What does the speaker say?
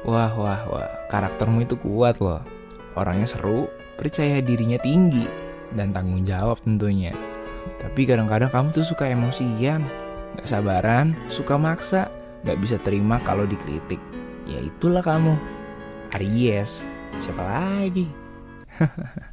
Wah, wah, wah, karaktermu itu kuat loh. Orangnya seru, percaya dirinya tinggi, dan tanggung jawab tentunya. Tapi kadang-kadang kamu tuh suka emosian, gak sabaran, suka maksa, gak bisa terima kalau dikritik. Ya itulah kamu, Aries. Siapa lagi?